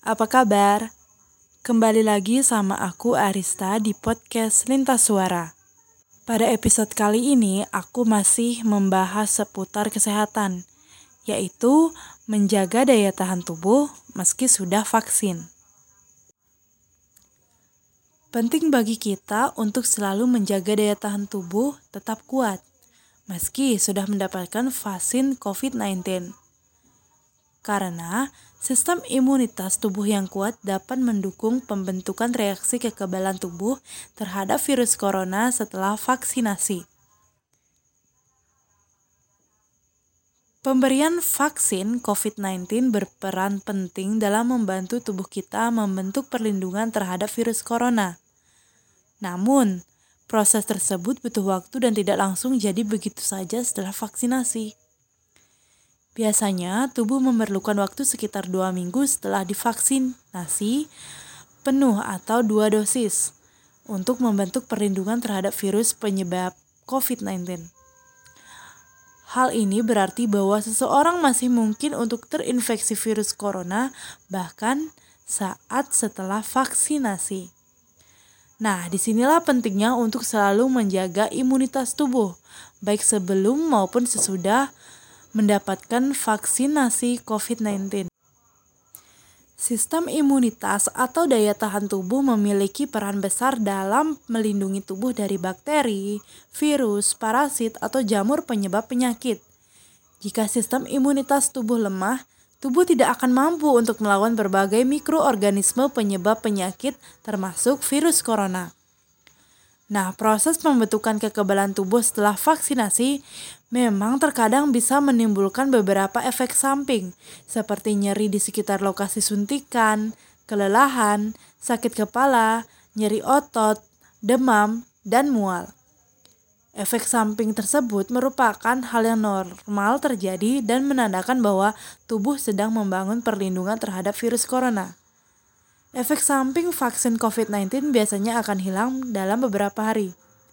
Apa kabar? Kembali lagi sama aku Arista di podcast Lintas Suara. Pada episode kali ini aku masih membahas seputar kesehatan, yaitu menjaga daya tahan tubuh meski sudah vaksin. Penting bagi kita untuk selalu menjaga daya tahan tubuh tetap kuat, meski sudah mendapatkan vaksin COVID-19. Karena sistem imunitas tubuh yang kuat dapat mendukung pembentukan reaksi kekebalan tubuh terhadap virus corona setelah vaksinasi. Pemberian vaksin COVID-19 berperan penting dalam membantu tubuh kita membentuk perlindungan terhadap virus corona. Namun, proses tersebut butuh waktu dan tidak langsung jadi begitu saja setelah vaksinasi. Biasanya, tubuh memerlukan waktu sekitar 2 minggu setelah divaksinasi penuh atau 2 dosis untuk membentuk perlindungan terhadap virus penyebab COVID-19. Hal ini berarti bahwa seseorang masih mungkin untuk terinfeksi virus corona bahkan saat setelah vaksinasi. Nah, disinilah pentingnya untuk selalu menjaga imunitas tubuh, baik sebelum maupun sesudah mendapatkan vaksinasi COVID-19. Sistem imunitas atau daya tahan tubuh memiliki peran besar dalam melindungi tubuh dari bakteri, virus, parasit, atau jamur penyebab penyakit. Jika sistem imunitas tubuh lemah, tubuh tidak akan mampu untuk melawan berbagai mikroorganisme penyebab penyakit termasuk virus corona. Nah, proses pembentukan kekebalan tubuh setelah vaksinasi memang terkadang bisa menimbulkan beberapa efek samping, seperti nyeri di sekitar lokasi suntikan, kelelahan, sakit kepala, nyeri otot, demam, dan mual. Efek samping tersebut merupakan hal yang normal terjadi dan menandakan bahwa tubuh sedang membangun perlindungan terhadap virus corona. Efek samping vaksin COVID-19 biasanya akan hilang dalam beberapa hari.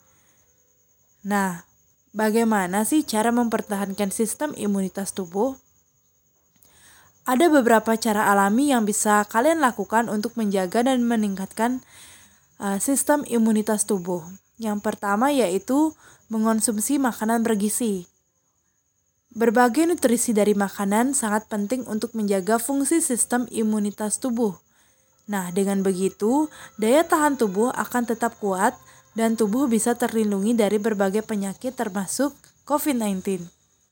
Nah, bagaimana sih cara mempertahankan sistem imunitas tubuh? Ada beberapa cara alami yang bisa kalian lakukan untuk menjaga dan meningkatkan sistem imunitas tubuh. Yang pertama yaitu mengonsumsi makanan bergizi. Berbagai nutrisi dari makanan sangat penting untuk menjaga fungsi sistem imunitas tubuh. Nah, dengan begitu, daya tahan tubuh akan tetap kuat dan tubuh bisa terlindungi dari berbagai penyakit termasuk COVID-19.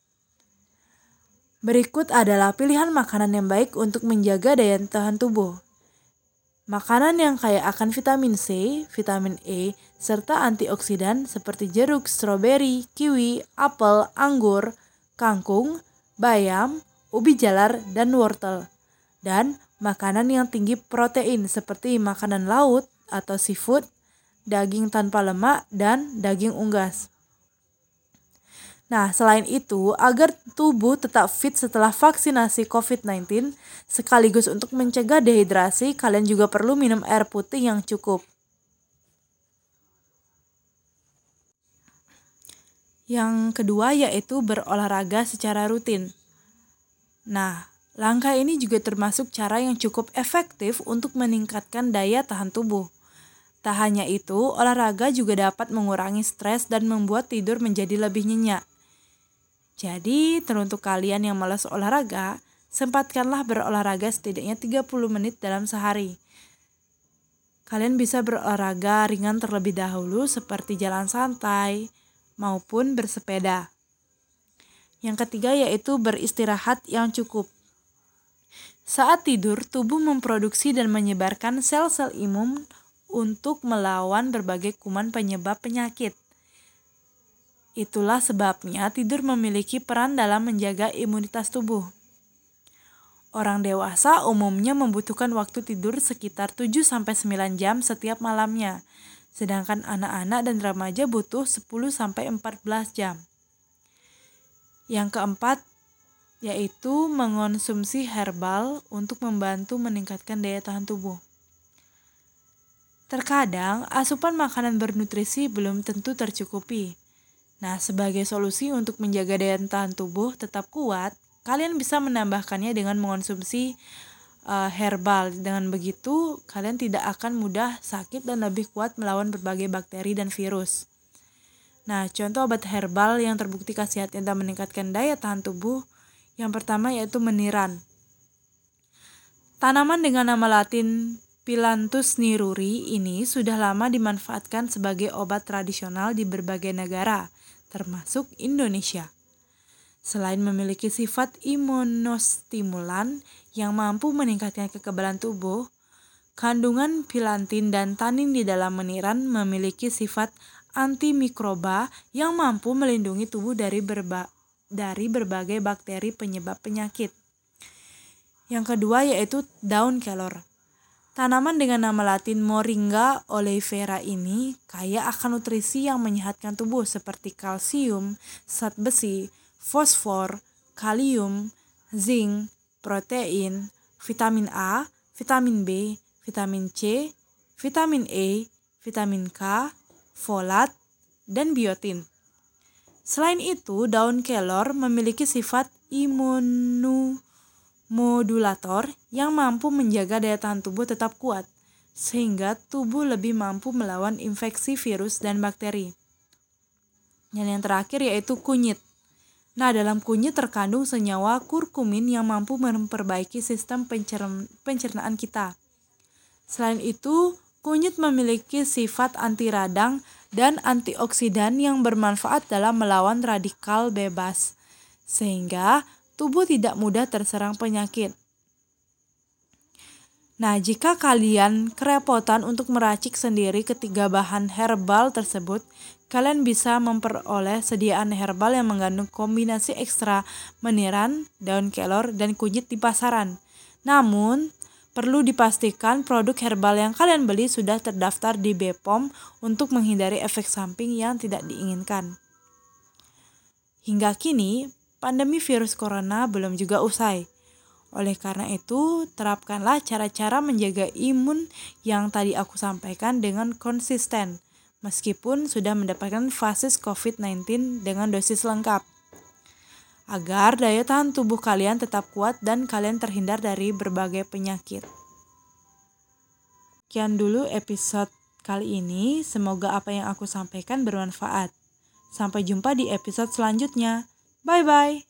Berikut adalah pilihan makanan yang baik untuk menjaga daya tahan tubuh. Makanan yang kaya akan vitamin C, vitamin E, serta antioksidan seperti jeruk, stroberi, kiwi, apel, anggur, kangkung, bayam, ubi jalar, dan wortel. Dan makanan yang tinggi protein seperti makanan laut atau seafood, daging tanpa lemak, dan daging unggas. Nah, selain itu, agar tubuh tetap fit setelah vaksinasi COVID-19, sekaligus untuk mencegah dehidrasi, kalian juga perlu minum air putih yang cukup. Yang kedua yaitu berolahraga secara rutin. Nah, langkah ini juga termasuk cara yang cukup efektif untuk meningkatkan daya tahan tubuh. Tak hanya itu, olahraga juga dapat mengurangi stres dan membuat tidur menjadi lebih nyenyak. Jadi, teruntuk kalian yang malas olahraga, sempatkanlah berolahraga setidaknya 30 menit dalam sehari. Kalian bisa berolahraga ringan terlebih dahulu seperti jalan santai maupun bersepeda. Yang ketiga yaitu beristirahat yang cukup. Saat tidur, tubuh memproduksi dan menyebarkan sel-sel imun untuk melawan berbagai kuman penyebab penyakit. Itulah sebabnya tidur memiliki peran dalam menjaga imunitas tubuh. Orang dewasa umumnya membutuhkan waktu tidur sekitar 7-9 jam setiap malamnya, sedangkan anak-anak dan remaja butuh 10-14 jam. Yang keempat yaitu mengonsumsi herbal untuk membantu meningkatkan daya tahan tubuh. Terkadang, asupan makanan bernutrisi belum tentu tercukupi. Nah, sebagai solusi untuk menjaga daya tahan tubuh tetap kuat, kalian bisa menambahkannya dengan mengonsumsi herbal. Dengan begitu, kalian tidak akan mudah sakit dan lebih kuat melawan berbagai bakteri dan virus. Nah, contoh obat herbal yang terbukti khasiatnya dan meningkatkan daya tahan tubuh, yang pertama yaitu meniran. Tanaman dengan nama latin Phyllanthus niruri ini sudah lama dimanfaatkan sebagai obat tradisional di berbagai negara, termasuk Indonesia. Selain memiliki sifat imunostimulan yang mampu meningkatkan kekebalan tubuh, kandungan phyllantin dan tanin di dalam meniran memiliki sifat antimikroba yang mampu melindungi tubuh dari berbagai bakteri penyebab penyakit. Yang kedua yaitu daun kelor. Tanaman dengan nama latin Moringa oleifera ini kaya akan nutrisi yang menyehatkan tubuh seperti kalsium, zat besi, fosfor, kalium, zinc, protein, vitamin A, vitamin B, vitamin C, vitamin E, vitamin K, folat, dan biotin. Selain itu, daun kelor memiliki sifat imunomodulator yang mampu menjaga daya tahan tubuh tetap kuat, sehingga tubuh lebih mampu melawan infeksi virus dan bakteri. Dan yang terakhir yaitu kunyit. Nah, dalam kunyit terkandung senyawa kurkumin yang mampu memperbaiki sistem pencernaan kita. Selain itu, kunyit memiliki sifat anti radang dan antioksidan yang bermanfaat dalam melawan radikal bebas, sehingga tubuh tidak mudah terserang penyakit. Nah, jika kalian kerepotan untuk meracik sendiri ketiga bahan herbal tersebut, kalian bisa memperoleh sediaan herbal yang mengandung kombinasi ekstra meniran, daun kelor, dan kunyit di pasaran. Namun, perlu dipastikan produk herbal yang kalian beli sudah terdaftar di BPOM untuk menghindari efek samping yang tidak diinginkan. Hingga kini, pandemi virus corona belum juga usai. Oleh karena itu, terapkanlah cara-cara menjaga imun yang tadi aku sampaikan dengan konsisten, meskipun sudah mendapatkan fase COVID-19 dengan dosis lengkap, agar daya tahan tubuh kalian tetap kuat dan kalian terhindar dari berbagai penyakit. Sekian dulu episode kali ini, semoga apa yang aku sampaikan bermanfaat. Sampai jumpa di episode selanjutnya. Bye-bye!